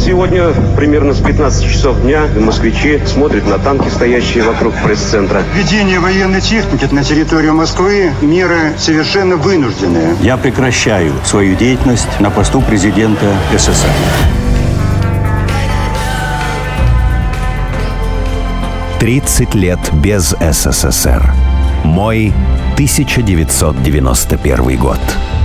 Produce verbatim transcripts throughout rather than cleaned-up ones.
Сегодня примерно с пятнадцати часов дня москвичи смотрят на танки, стоящие вокруг пресс-центра. Введение военной техники на территорию Москвы – меры совершенно вынужденные. Я прекращаю свою деятельность на посту президента СССР. тридцать лет без СССР. Мой тысяча девятьсот девяносто первый год.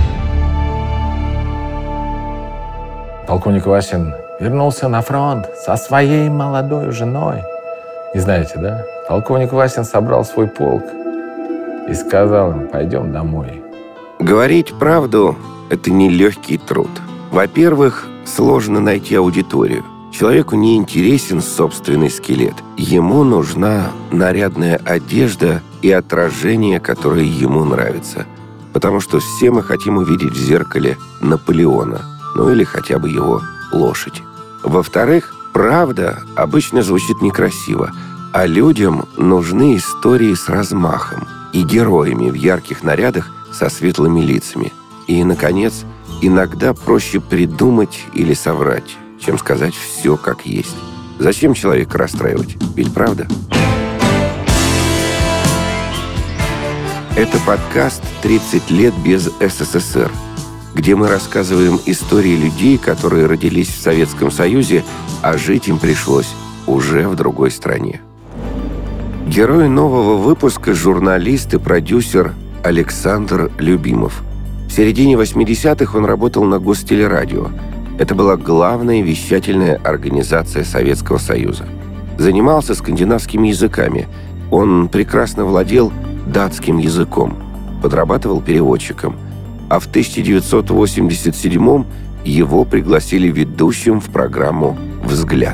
Полковник Васин вернулся на фронт со своей молодой женой. Не знаете, да? Полковник Васин собрал свой полк и сказал им: пойдем домой. Говорить правду – это нелегкий труд. Во-первых, сложно найти аудиторию. Человеку не интересен собственный скелет. Ему нужна нарядная одежда и отражение, которое ему нравится. Потому что все мы хотим увидеть в зеркале Наполеона. Ну или хотя бы его лошадь. Во-вторых, правда обычно звучит некрасиво, а людям нужны истории с размахом и героями в ярких нарядах со светлыми лицами. И, наконец, иногда проще придумать или соврать, чем сказать все как есть. Зачем человека расстраивать? Ведь правда? Это подкаст «тридцать лет без СССР», где мы рассказываем истории людей, которые родились в Советском Союзе, а жить им пришлось уже в другой стране. Герой нового выпуска – журналист и продюсер Александр Любимов. В середине восьмидесятых он работал на Гостелерадио. Это была главная вещательная организация Советского Союза. Занимался скандинавскими языками. Он прекрасно владел датским языком. Подрабатывал переводчиком. А в тысяча девятьсот восемьдесят седьмом его пригласили ведущим в программу «Взгляд».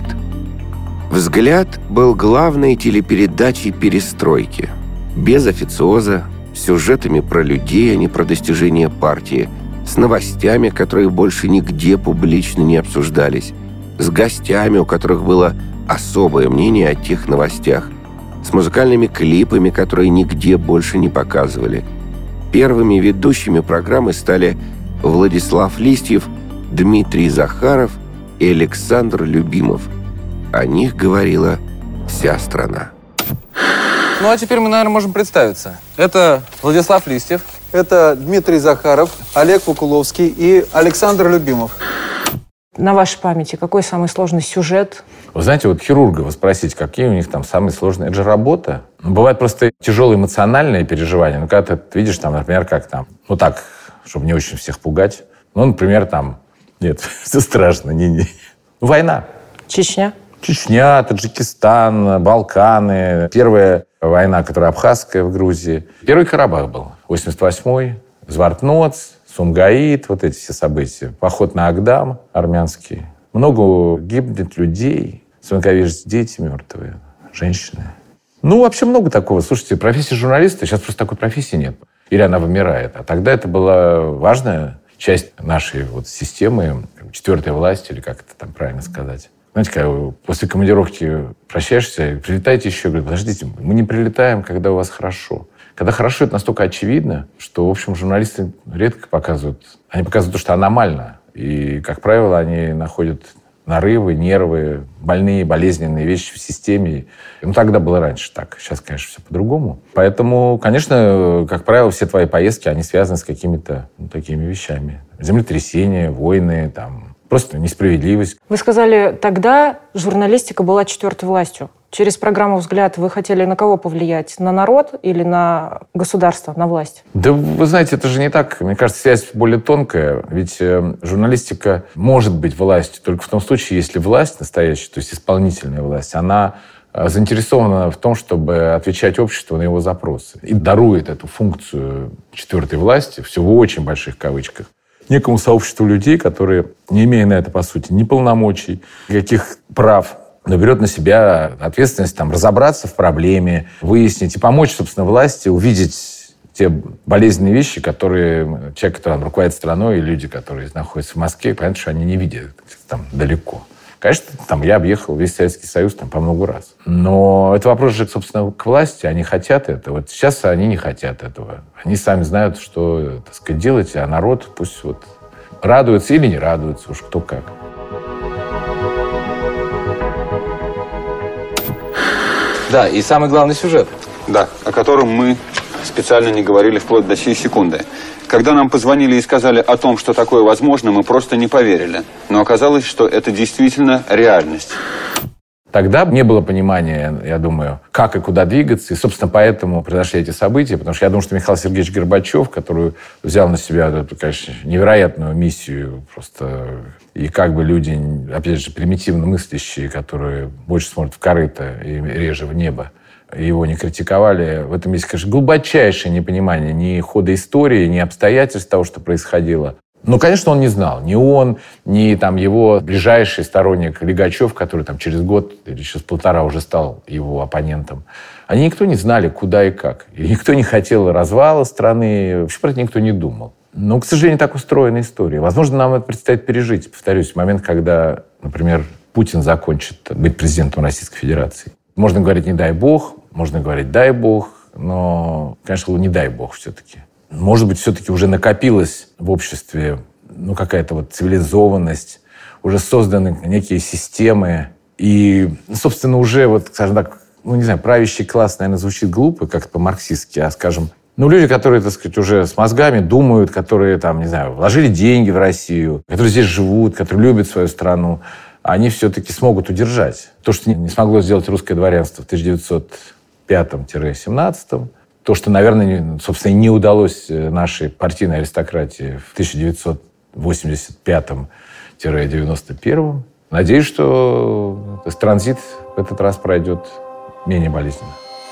«Взгляд» был главной телепередачей перестройки. Без официоза, с сюжетами про людей, а не про достижения партии, с новостями, которые больше нигде публично не обсуждались, с гостями, у которых было особое мнение о тех новостях, с музыкальными клипами, которые нигде больше не показывали. Первыми ведущими программы стали Владислав Листьев, Дмитрий Захаров и Александр Любимов. О них говорила вся страна. Ну, а теперь мы, наверное, можем представиться. Это Владислав Листьев. Это Дмитрий Захаров, Олег Вакуловский и Александр Любимов. На вашей памяти какой самый сложный сюжет? Вы знаете, вот хирургов спросить, какие у них там самые сложные. Это же работа. Бывает просто тяжелые эмоциональные переживания. Ну, когда ты видишь, там, например, как там, ну так, чтобы не очень всех пугать. Ну, например, там, нет, все страшно, не-не. Ну, война. Чечня? Чечня, Таджикистан, Балканы. Первая война, которая абхазская в Грузии. Первый Карабах был. восемьдесят восьмой. Звартноц, Сумгаит, вот эти все события. Поход на Агдам армянский. Много гибнет людей. Смотри, видишь, дети мертвые, женщины. Ну, вообще много такого. Слушайте, профессия журналиста, сейчас просто такой профессии нет. Или она вымирает. А тогда это была важная часть нашей вот системы, четвертой власти, или как это там правильно сказать. Знаете, когда после командировки прощаешься, прилетаете еще, говорят, подождите, мы не прилетаем, когда у вас хорошо. Когда хорошо, это настолько очевидно, что, в общем, журналисты редко показывают. Они показывают то, что аномально. И, как правило, они находят нарывы, нервы, больные, болезненные вещи в системе. Ну, тогда было раньше так. Сейчас, конечно, все по-другому. Поэтому, конечно, как правило, все твои поездки, они связаны с какими-то ну, такими вещами. Землетрясения, войны, там, просто несправедливость. Вы сказали, тогда журналистика была четвертой властью. Через программу «Взгляд» вы хотели на кого повлиять? На народ или на государство, на власть? Да вы знаете, это же не так. Мне кажется, связь более тонкая. Ведь э, журналистика может быть властью только в том случае, если власть настоящая, то есть исполнительная власть, она э, заинтересована в том, чтобы отвечать обществу на его запросы. И дарует эту функцию четвертой власти, все в очень больших кавычках, некому сообществу людей, которые, не имея на это, по сути, ни полномочий, никаких прав, но берет на себя ответственность там, разобраться в проблеме, выяснить и помочь, собственно, власти увидеть те болезненные вещи, которые человек, который там, руководит страной, и люди, которые находятся в Москве, понятно, что они не видят там далеко. Конечно, там, я объехал весь Советский Союз там, по много раз. Но это вопрос же, собственно, к власти. Они хотят этого. Вот сейчас они не хотят этого. Они сами знают, что, так сказать, делать, а народ пусть вот радуется или не радуется, уж кто как. Да, и самый главный сюжет. Да, о котором мы специально не говорили вплоть до сей секунды. Когда нам позвонили и сказали о том, что такое возможно, мы просто не поверили. Но оказалось, что это действительно реальность. Тогда не было понимания, я думаю, как и куда двигаться. И, собственно, поэтому произошли эти события. Потому что я думаю, что Михаил Сергеевич Горбачев, который взял на себя эту, конечно, невероятную миссию, просто и как бы люди, опять же, примитивно мыслящие, которые больше смотрят в корыто и реже в небо, его не критиковали. В этом есть, конечно, глубочайшее непонимание ни хода истории, ни обстоятельств того, что происходило. Ну, конечно, он не знал. Ни он, ни там, его ближайший сторонник Лигачев, который там, через год или через полтора уже стал его оппонентом. Они никто не знали, куда и как. И никто не хотел развала страны. Вообще про это никто не думал. Но, к сожалению, так устроена история. Возможно, нам это предстоит пережить. Повторюсь, в момент, когда, например, Путин закончит быть президентом Российской Федерации. Можно говорить «не дай бог», можно говорить «дай бог», но, конечно, не дай бог все-таки. Может быть, все-таки уже накопилась в обществе ну, какая-то вот цивилизованность, уже созданы некие системы. И, собственно, уже, вот, скажем так, ну, не знаю, правящий класс, наверное, звучит глупо, как по-марксистски, а, скажем, ну, люди, которые, так сказать, уже с мозгами думают, которые, там, не знаю, вложили деньги в Россию, которые здесь живут, которые любят свою страну, они все-таки смогут удержать. То, что не смогло сделать русское дворянство в тысяча девятьсот пятом — семнадцатом, то, что, наверное, собственно, не удалось нашей партийной аристократии в тысяча девятьсот восемьдесят пятом — девяносто первом. Надеюсь, что транзит в этот раз пройдет менее болезненно.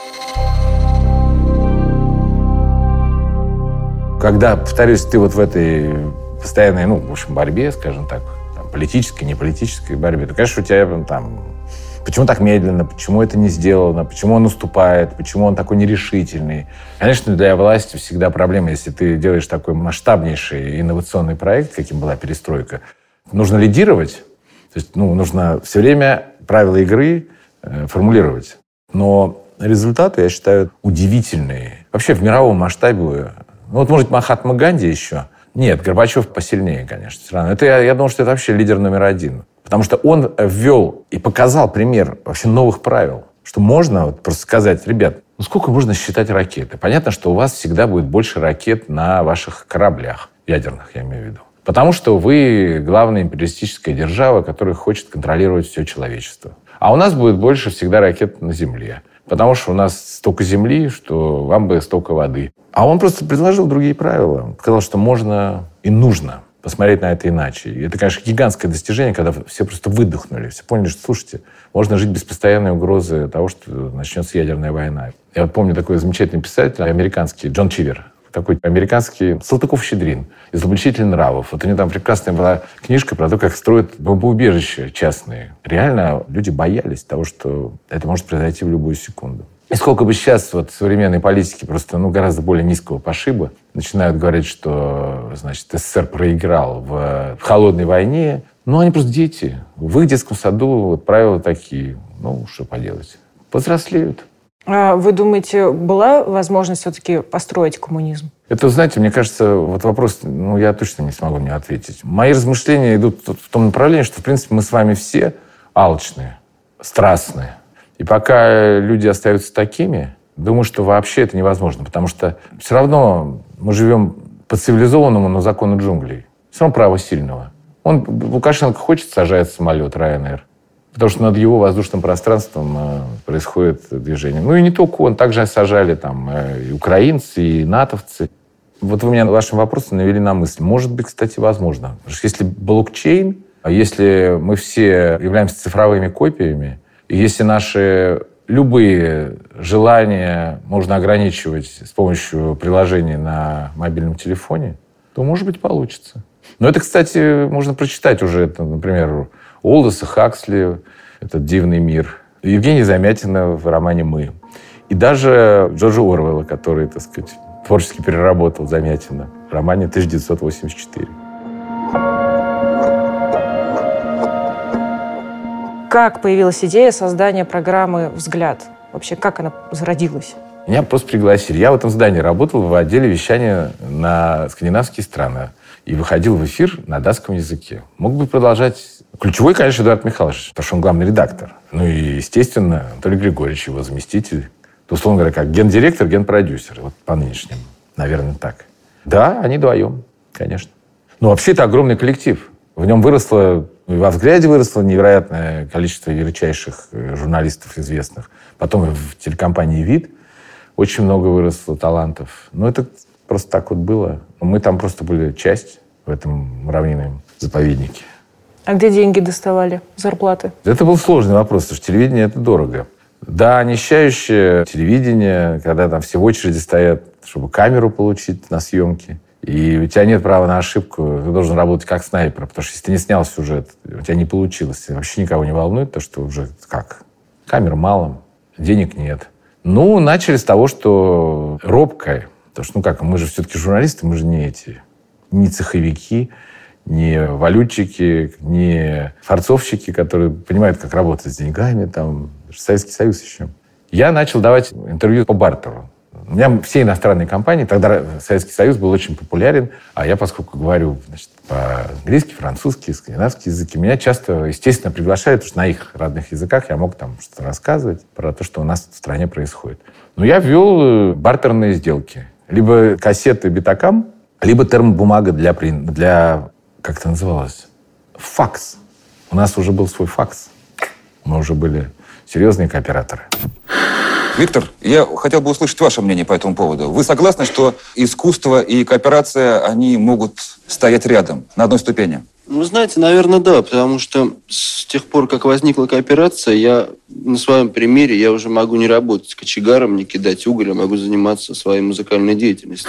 Когда, повторюсь, ты вот в этой постоянной, ну, в общем, борьбе, скажем так, там, политической, не политической борьбе, то, конечно, у тебя там... Почему так медленно? Почему это не сделано? Почему он уступает? Почему он такой нерешительный? Конечно, для власти всегда проблема, если ты делаешь такой масштабнейший инновационный проект, каким была перестройка. Нужно лидировать. То есть, ну, нужно все время правила игры э, формулировать. Но результаты, я считаю, удивительные. Вообще в мировом масштабе... Ну, вот, может, Махатма Ганди еще. Нет, Горбачев посильнее, конечно, все равно. Это, я, я думаю, что это вообще лидер номер один. Потому что он ввел и показал пример вообще новых правил. Что можно вот просто сказать, ребят, ну сколько можно считать ракеты? Понятно, что у вас всегда будет больше ракет на ваших кораблях, ядерных, я имею в виду. Потому что вы главная империалистическая держава, которая хочет контролировать все человечество. А у нас будет больше всегда ракет на Земле. Потому что у нас столько земли, что вам бы столько воды. А он просто предложил другие правила. Сказал, что можно и нужно посмотреть на это иначе. И это, конечно, гигантское достижение, когда все просто выдохнули. Все поняли, что, слушайте, можно жить без постоянной угрозы того, что начнется ядерная война. Я вот помню такой замечательный писатель, американский, Джон Чивер. Такой американский Салтыков-Щедрин, «Изобличитель нравов». Вот у него там прекрасная была книжка про то, как строят бомбоубежища частные. Реально люди боялись того, что это может произойти в любую секунду. И сколько бы сейчас вот современной политики просто ну, гораздо более низкого пошиба начинают говорить, что значит, СССР проиграл в, в холодной войне. Ну, они просто дети. В их детском саду вот, правила такие. Ну, что поделать. Повзрослеют. А вы думаете, была возможность все-таки построить коммунизм? Это, знаете, мне кажется, вот вопрос, ну, я точно не смогу мне ответить. Мои размышления идут в том направлении, что, в принципе, мы с вами все алчные, страстные. И пока люди остаются такими, думаю, что вообще это невозможно. Потому что все равно мы живем по цивилизованному, но закону джунглей. Все равно право сильного. Он, Лукашенко хочет сажать самолет Ryanair, потому что над его воздушным пространством э, происходит движение. Ну и не только он, также сажали там э, и украинцы, и натовцы. Вот вы меня вашим вопросом навели на мысль. Может быть, кстати, возможно. Потому что если блокчейн, если мы все являемся цифровыми копиями, и если наши любые желания можно ограничивать с помощью приложений на мобильном телефоне, то, может быть, получится. Но это, кстати, можно прочитать уже, это, например, Олдоса Хаксли, «Этот дивный мир», Евгения Замятина в романе «Мы». И даже Джорджа Оруэлла, который, так сказать, творчески переработал Замятина в романе тысяча девятьсот восемьдесят четыре. Как появилась идея создания программы «Взгляд»? Вообще, как она зародилась? Меня просто пригласили. Я в этом здании работал в отделе вещания на скандинавские страны и выходил в эфир на датском языке. Мог бы продолжать Ключевой, конечно, Эдуард Михайлович, потому что он главный редактор. Ну и, естественно, Анатолий Григорьевич, его заместитель. То, условно говоря, как гендиректор, генпродюсер. Вот по нынешним, наверное, так. Да, они вдвоем, конечно. Но вообще это огромный коллектив. В нем выросло, во «Взгляде» выросло невероятное количество ярчайших журналистов известных. Потом в телекомпании «Вид» очень много выросло талантов. Но это просто так вот было. Мы там просто были часть в этом муравьином заповеднике. А где деньги доставали? Зарплаты? Это был сложный вопрос, потому что телевидение – это дорого. Да, нищающее телевидение, когда там все в очереди стоят, чтобы камеру получить на съемки. И у тебя нет права на ошибку, ты должен работать как снайпер, потому что если ты не снял сюжет, у тебя не получилось. Вообще никого не волнует то, что уже как? Камер мало, денег нет. Ну, начали с того, что робкое. Потому что, ну как, мы же все-таки журналисты, мы же не эти, не цеховики, не валютчики, не форцовщики, которые понимают, как работать с деньгами, там, Советский Союз еще. Я начал давать интервью по бартеру. У меня все иностранные компании, тогда Советский Союз был очень популярен, а я, поскольку говорю, значит, по-английски, французски, скандинавские языки, меня часто, естественно, приглашают, потому что на их родных языках я мог там что-то рассказывать про то, что у нас в стране происходит. Но я ввел бартерные сделки. Либо кассеты Битакам, либо термобумага для, для, как это называлось, факс. У нас уже был свой факс. Мы уже были серьезные кооператоры. Виктор, я хотел бы услышать ваше мнение по этому поводу. Вы согласны, что искусство и кооперация, они могут стоять рядом, на одной ступени? Вы знаете, наверное, да, потому что с тех пор, как возникла кооперация, я на своем примере, я уже могу не работать кочегаром, не кидать уголь, а могу заниматься своей музыкальной деятельностью.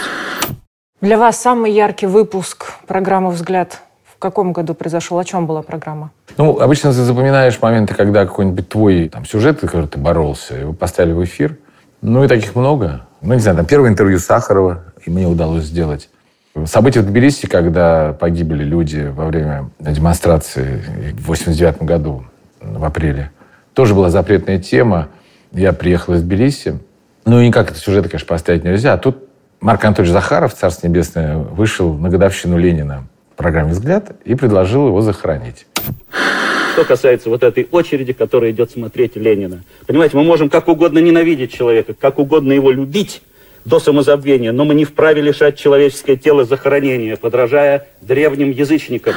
Для вас самый яркий выпуск программы «Взгляд» в каком году произошел? О чем была программа? Ну, обычно ты запоминаешь моменты, когда какой-нибудь твой там, сюжет, за который ты боролся, его поставили в эфир. Ну, и таких много. Ну, не знаю, там первое интервью Сахарова, и мне удалось сделать. События в Тбилиси, когда погибли люди во время демонстрации в восемьдесят девятом году, в апреле, тоже была запретная тема. Я приехал из Тбилиси. Ну, и никак это сюжеты, конечно, поставить нельзя. А тут Марк Анатольевич Захаров, Царство Небесное, вышел на годовщину Ленина в программе «Взгляд» и предложил его захоронить. Что касается вот этой очереди, которая идет смотреть Ленина. Понимаете, мы можем как угодно ненавидеть человека, как угодно его любить до самозабвения, но мы не вправе лишать человеческое тело захоронения, подражая древним язычникам.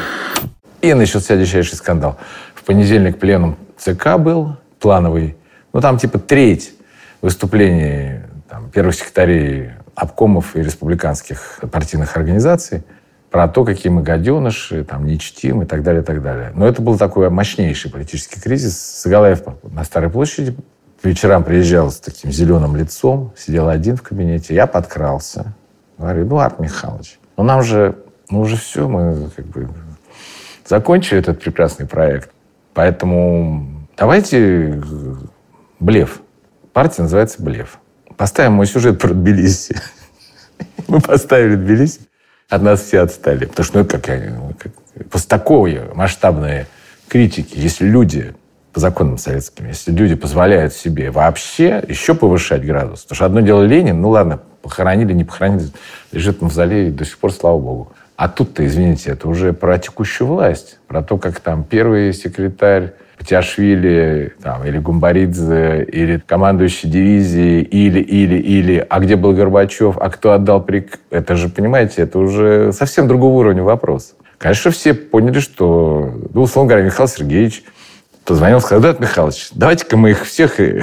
И начался дичайший скандал. В понедельник пленум ЦК был, плановый. Ну, там типа треть выступлений там, первых секретарей обкомов и республиканских партийных организаций про то, какие мы гаденыши, там, не чтим и так далее, и так далее. Но это был такой мощнейший политический кризис. Сагалаев на Старой площади по вечерам приезжал с таким зеленым лицом, сидел один в кабинете. Я подкрался. Говорю, Эдуард Михайлович, ну нам же, ну уже все, мы как бы закончили этот прекрасный проект. Поэтому давайте блеф. Партия называется «Блеф». Поставим мой сюжет про Тбилиси. Мы поставили Тбилиси. От нас все отстали. Потому что, ну, как, как, после такой масштабной критики, если люди, по законам советским, если люди позволяют себе вообще еще повышать градус, потому что одно дело Ленин, ну ладно, похоронили, не похоронили, лежит в мавзолее до сих пор, слава богу. А тут-то, извините, это уже про текущую власть, про то, как там первый секретарь Патиашвили, там, или Гумбаридзе, или командующий дивизией, или, или, или, а где был Горбачев, а кто отдал приказ? Это же, понимаете, это уже совсем другого уровня вопрос. Конечно, все поняли, что, ну, условно говоря, Михаил Сергеевич позвонил, сказал, Эдуард Михайлович, давайте-ка мы их всех... Ну,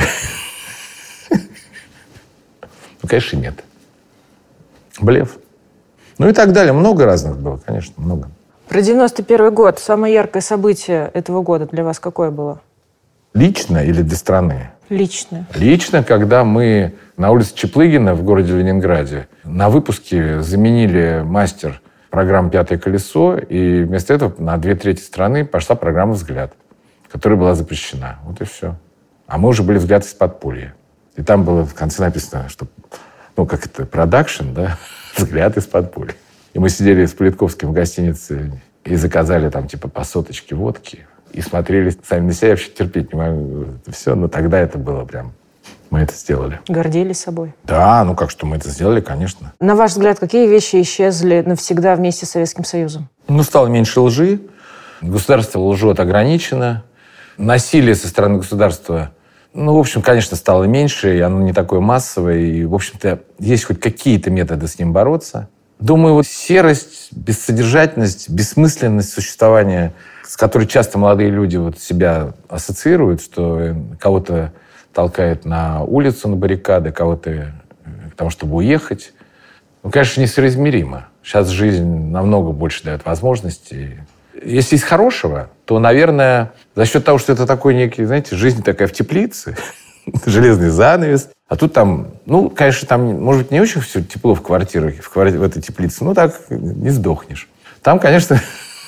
конечно, нет. Блеф. Ну и так далее. Много разных было, конечно, много. Про девяносто первый год. Самое яркое событие этого года для вас какое было? Лично или для страны? Лично. Лично, когда мы на улице Чаплыгина в городе Ленинграде на выпуске заменили мастер программы «Пятое колесо», и вместо этого на две трети страны пошла программа «Взгляд», которая была запрещена. Вот и все. А мы уже были «Взгляд из подполья». И там было в конце написано, что, ну, как это, продакшн, да, «Взгляд из подполья». И мы сидели с Политковским в гостинице и заказали там типа по соточке водки. И смотрели сами на себя. Я вообще терпеть не могу. Все, но тогда это было прям... Мы это сделали. Гордились собой? Да, ну как что, мы это сделали, конечно. На ваш взгляд, какие вещи исчезли навсегда вместе с Советским Союзом? Ну, стало меньше лжи, Государство лжет ограничено. Насилие со стороны государства, ну, в общем, конечно, стало меньше, и оно не такое массовое. И, в общем-то, есть хоть какие-то методы с ним бороться. Думаю, вот серость, бессодержательность, бессмысленность существования, с которой часто молодые люди вот себя ассоциируют, что кого-то толкает на улицу, на баррикады, кого-то к тому, чтобы уехать. Ну, конечно, несоизмеримо. Сейчас жизнь намного больше дает возможностей. Если из хорошего, то, наверное, за счет того, что это такой некий, знаете, жизнь такая в теплице, железный занавес, а тут там, ну, конечно, там, может быть, не очень все тепло в квартирах, в, квартире, в этой теплице, ну, так не сдохнешь. Там, конечно,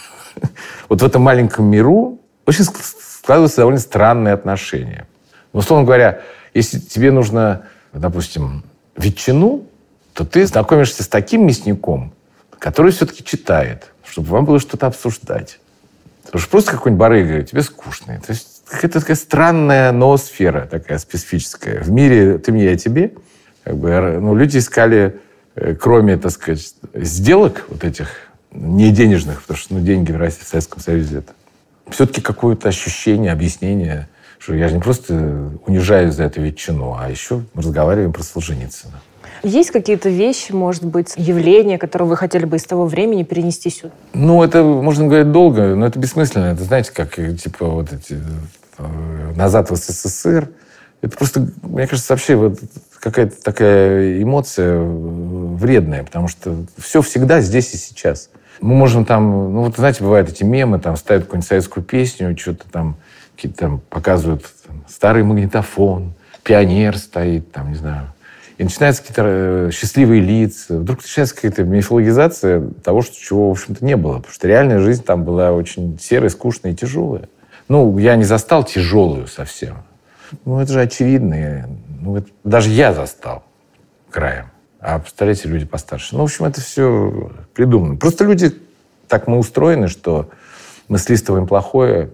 вот в этом маленьком миру очень складываются довольно странные отношения. Но, условно говоря, если тебе нужно, допустим, ветчину, то ты знакомишься с таким мясником, который все-таки читает, чтобы вам было что-то обсуждать. Потому что просто какой-нибудь барыга тебе скучный. То есть какая-то такая странная ноосфера, такая специфическая. В мире ты мне, я тебе. Как бы, ну, люди искали, кроме, так сказать, сделок вот этих не денежных, потому что ну, деньги в России, в Советском Союзе, это все-таки какое-то ощущение, объяснение, что я же не просто унижаюсь за эту ветчину, а еще мы разговариваем про Солженицына. Есть какие-то вещи, может быть, явления, которые вы хотели бы из того времени перенести сюда? Ну, это можно говорить долго, но это бессмысленно. Это, знаете, как, типа, вот эти назад в СССР. Это просто, мне кажется, вообще вот какая-то такая эмоция вредная, потому что все всегда здесь и сейчас. Мы можем там, ну, вот, знаете, бывают эти мемы, там ставят какую-нибудь советскую песню, что-то там, какие-то там показывают там, старый магнитофон, пионер стоит, там, не знаю. И начинаются какие-то счастливые лица. Вдруг начинается какая-то мифологизация того, что, чего, в общем-то, не было. Потому что реальная жизнь там была очень серая, скучная и тяжелая. Ну, я не застал тяжелую совсем. Ну, это же очевидно. Ну, это, даже я застал краем. А представляете, люди постарше. Ну, в общем, это все придумано. Просто люди, так мы устроены, что мы слистываем плохое,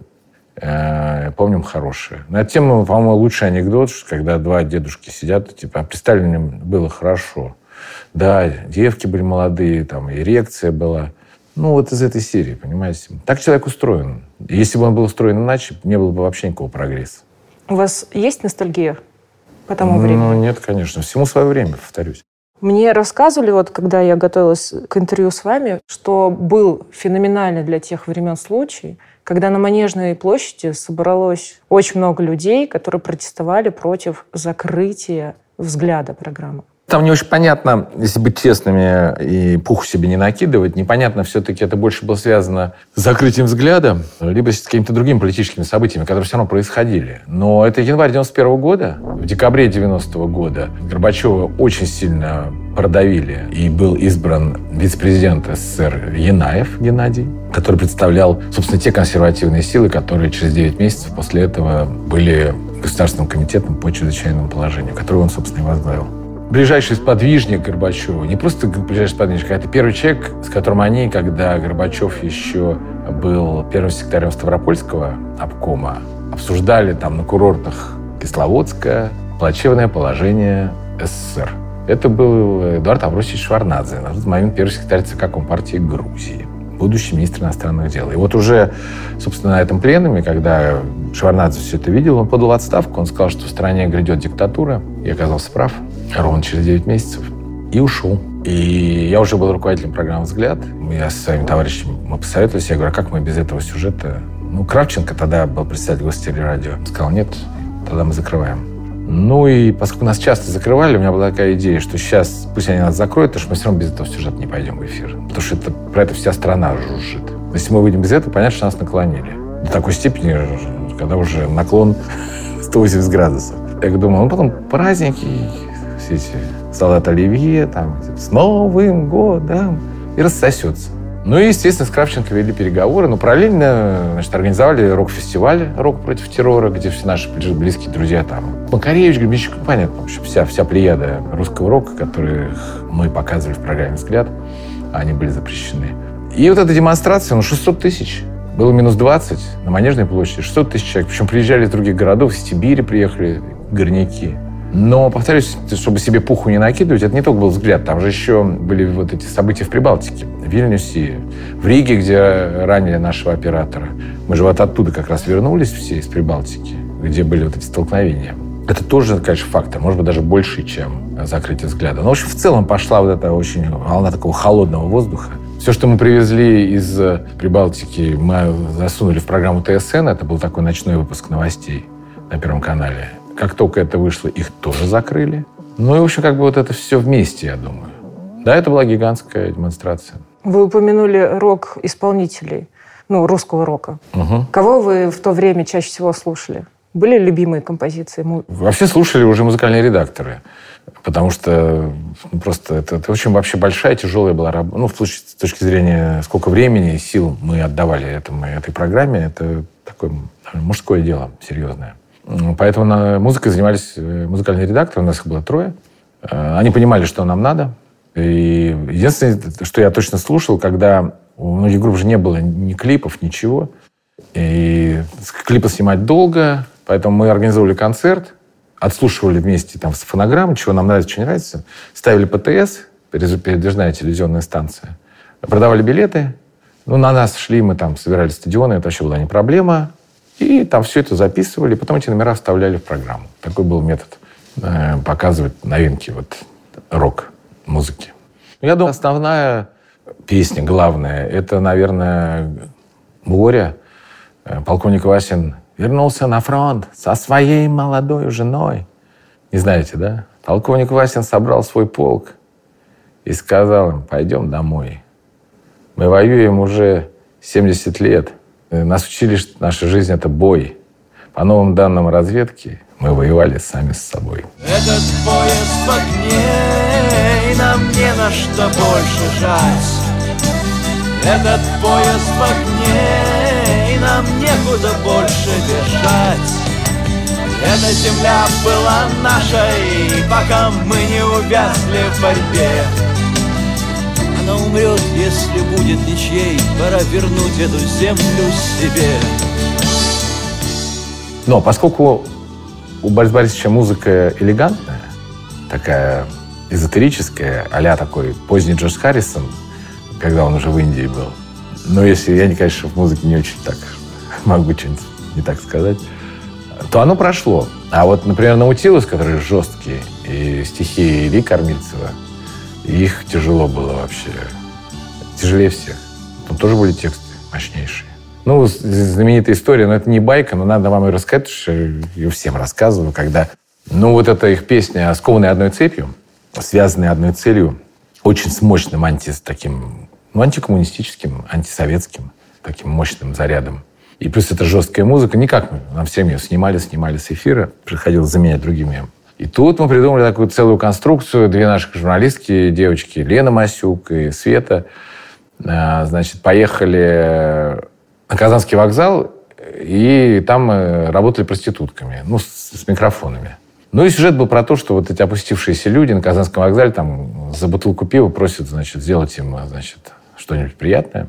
э, помним хорошее. На эту тему, по-моему, лучший анекдот, что когда два дедушки сидят, типа, а при Сталине было хорошо. Да, девки были молодые, там, эрекция была. Ну, вот из этой серии, понимаете. Так человек устроен. Если бы он был устроен иначе, не было бы вообще никакого прогресса. У вас есть ностальгия по тому времени? Ну, нет, конечно. Всему свое время, повторюсь. Мне рассказывали, вот, когда я готовилась к интервью с вами, что был феноменальный для тех времен случай, когда на Манежной площади собралось очень много людей, которые протестовали против закрытия «Взгляда» программы. Там не очень понятно, если быть честными и пуху себе не накидывать, непонятно, все-таки это больше было связано с закрытием «Взгляда», либо с какими-то другими политическими событиями, которые все равно происходили. Но это январь девяносто первого года. В декабре девяностого года Горбачева очень сильно продавили, и был избран вице-президент СССР Янаев Геннадий, который представлял, собственно, те консервативные силы, которые через девять месяцев после этого были Государственным комитетом по чрезвычайному положению, который он, собственно, и возглавил. Ближайший сподвижник Горбачева, не просто ближайший сподвижник, а это первый человек, с которым они, когда Горбачев еще был первым секретарем Ставропольского обкома, обсуждали там на курортах Кисловодска плачевное положение СССР. Это был Эдуард Амвросиевич Шварнадзе, на тот момент первый секретарь ЦК Компартии Грузии, будущий министр иностранных дел. И вот уже, собственно, на этом пленуме, когда Шварнадзе все это видел, он подал отставку, он сказал, что в стране грядет диктатура, и оказался прав. Ровно через девять месяцев, и ушел. И я уже был руководителем программы «Взгляд». Я со своими товарищами, мы посоветовались, я говорю, а как мы без этого сюжета? Ну, Кравченко тогда был председатель Гостелерадио. Сказал, нет, тогда мы закрываем. Ну, и поскольку нас часто закрывали, у меня была такая идея, что сейчас, пусть они нас закроют, потому что мы все равно без этого сюжета не пойдем в эфир. Потому что это, про это вся страна жужжит. Если мы выйдем без этого, понятно, что нас наклонили. До такой степени, когда уже наклон сто восемьдесят градусов. Я думаю, ну, потом праздники, все эти салат оливье, там, с Новым годом, и рассосется. Ну и, естественно, с Кравченко вели переговоры, но параллельно, значит, организовали рок-фестиваль «Рок против террора», где все наши близкие друзья там. Макаревич, Гребенщик, ну, понятно, в общем, вся, вся плеяда русского рока, которых мы показывали в программе «Взгляд», они были запрещены. И вот эта демонстрация, ну, шестьсот тысяч. Было минус двадцать на Манежной площади, шестьсот тысяч человек. Причем приезжали из других городов, из Сибири приехали горняки. Но, повторюсь, чтобы себе пуху не накидывать, это не только был взгляд. Там же еще были вот эти события в Прибалтике, в Вильнюсе, в Риге, где ранили нашего оператора. Мы же вот оттуда как раз вернулись все из Прибалтики, где были вот эти столкновения. Это тоже, конечно, фактор, может быть, даже больше, чем закрытие взгляда. Но, в общем, в целом пошла вот эта очень волна такого холодного воздуха. Все, что мы привезли из Прибалтики, мы засунули в программу ТСН. Это был такой ночной выпуск новостей на Первом канале. Как только это вышло, их тоже закрыли. Ну и, в общем, как бы вот это все вместе, я думаю. Да, это была гигантская демонстрация. Вы упомянули рок-исполнителей, ну, русского рока. Угу. Кого вы в то время чаще всего слушали? Были любимые композиции? Вообще слушали уже музыкальные редакторы. Потому что ну, просто это, это очень вообще большая, тяжелая была работа. Ну, в случае, с точки зрения, сколько времени и сил мы отдавали этому, этой программе, это такое мужское дело, серьезное. Поэтому на музыкой занимались музыкальные редакторы, у нас их было трое. Они понимали, что нам надо. И единственное, что я точно слушал, когда у многих групп же не было ни клипов, ничего. И клипы снимать долго, поэтому мы организовали концерт, отслушивали вместе там с фонограммой, чего нам нравится, что не нравится. Ставили ПТС, передвижная телевизионная станция. Продавали билеты. Ну, на нас шли, мы там собирали стадионы, это вообще была не проблема. И там все это записывали, потом эти номера вставляли в программу. Такой был метод э, показывать новинки вот, рок-музыки. Я думаю, основная песня, главная, это, наверное, «Горе». Полковник Васин вернулся на фронт со своей молодой женой. Не знаете, да? Полковник Васин собрал свой полк и сказал им: пойдем домой. Мы воюем уже семьдесят лет. Нас учили, что наша жизнь — это бой. По новым данным разведки, мы воевали сами с собой. Этот поезд в огне, и нам не на что больше жать. Этот поезд в огне, и нам некуда больше бежать. Эта земля была нашей, пока мы не увязли в борьбе. Она умрет, если будет ничьей. Пора вернуть эту землю себе. Но поскольку у Бориса Борисовича музыка элегантная, такая эзотерическая, а-ля такой поздний Джордж Харрисон, когда он уже в Индии был. Но если я, конечно, в музыке не очень так могу что-нибудь не так сказать, то оно прошло. А вот, например, «Наутилус», который жесткий, и стихи Ильи Кормильцева, их тяжело было вообще. Тяжелее всех. Там тоже были тексты мощнейшие. Ну, знаменитая история, но это не байка, но надо вам ее рассказать, потому что я ее всем рассказываю, когда... Ну, вот эта их песня «Скованная одной цепью», связанная одной целью, очень с мощным анти... таким, ну, антикоммунистическим, антисоветским, таким мощным зарядом. И плюс это жесткая музыка. Никак мы нам всем ее снимали, снимали с эфира. Приходилось заменять другими. И тут мы придумали такую целую конструкцию. Две наших журналистки, девочки, Лена Масюк и Света, значит, поехали на Казанский вокзал, и там мы работали проститутками, ну, с, с микрофонами. Ну и сюжет был про то, что вот эти опустившиеся люди на Казанском вокзале там за бутылку пива просят, значит, сделать им, значит, что-нибудь приятное.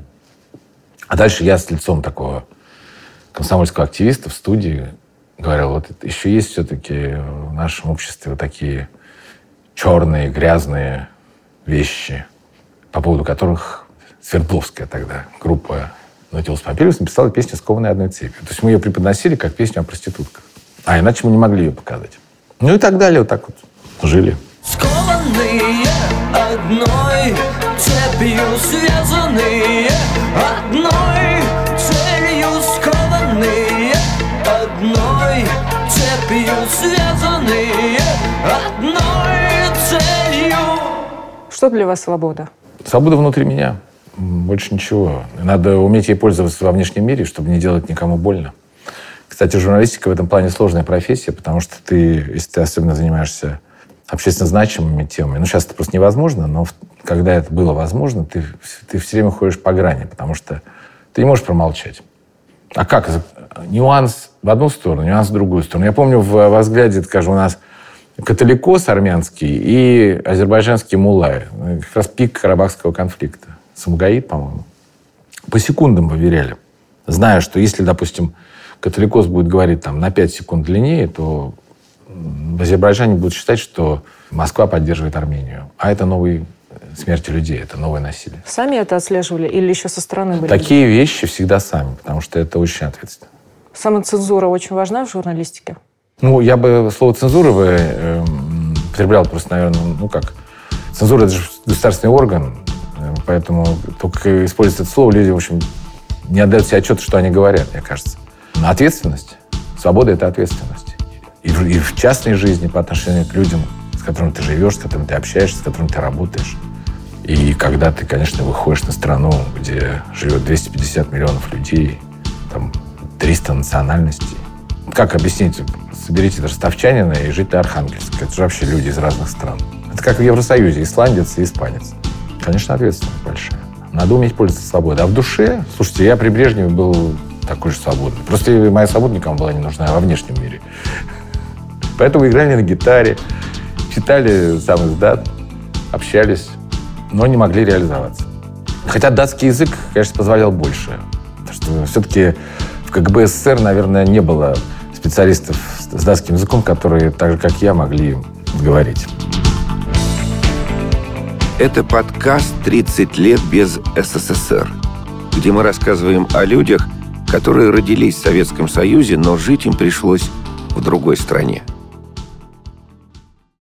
А дальше я с лицом такого комсомольского активиста в студии говорил: вот еще есть все-таки в нашем обществе вот такие черные, грязные вещи, по поводу которых Свердловская тогда группа Наутилус Помпилиус написала песню «Скованная одной цепью». То есть мы ее преподносили как песню о проститутках. А иначе мы не могли ее показать. Ну и так далее, вот так вот жили. Скованные одной цепью, связанные одной целью, скованные одной цепью, связанные одной целью. Что для вас свобода? Свобода внутри меня. Больше ничего. Надо уметь ей пользоваться во внешнем мире, чтобы не делать никому больно. Кстати, журналистика в этом плане сложная профессия, потому что ты, если ты особенно занимаешься общественно значимыми темами, ну, сейчас это просто невозможно, но когда это было возможно, ты, ты все время ходишь по грани, потому что ты не можешь промолчать. А как? Нюанс в одну сторону, нюанс в другую сторону. Я помню, в «Возгляде», скажем, у нас католикос армянский и азербайджанский муллай. Как раз пик карабахского конфликта. Сумгаит, по-моему. По секундам поверяли. Зная, что если, допустим, католикос будет говорить там, на пять секунд длиннее, то в Азербайджане будут считать, что Москва поддерживает Армению. А это новые смерти людей, это новое насилие. Сами это отслеживали или еще со стороны были? Такие вещи всегда сами, потому что это очень ответственно. Самоцензура очень важна в журналистике? Ну, я бы слово «цензура» бы э, употреблял просто, наверное, ну как... Цензура — это же государственный орган, поэтому только используя это слово, люди, в общем, не отдают себе отчет, что они говорят, мне кажется. Но ответственность. Свобода — это ответственность. И в, и в частной жизни по отношению к людям, с которыми ты живешь, с которыми ты общаешься, с которыми ты работаешь. И когда ты, конечно, выходишь на страну, где живет двести пятьдесят миллионов людей, там триста национальностей. Как объяснить? Соберите ростовчанина и жителя Архангельска. Это же вообще люди из разных стран. Это как в Евросоюзе, исландец и испанец. Конечно, ответственность большая. Надо уметь пользоваться свободой. А в душе, слушайте, я при Брежневе был такой же свободный. Просто моя свобода никому была не нужна во внешнем мире. Поэтому играли на гитаре, читали сам издат, общались, но не могли реализоваться. Хотя датский язык, конечно, позволял больше. Потому что все-таки в КГБ СССР, наверное, не было специалистов с датским языком, которые, так же, как я, могли говорить. Это подкаст «тридцать лет без СССР», где мы рассказываем о людях, которые родились в Советском Союзе, но жить им пришлось в другой стране.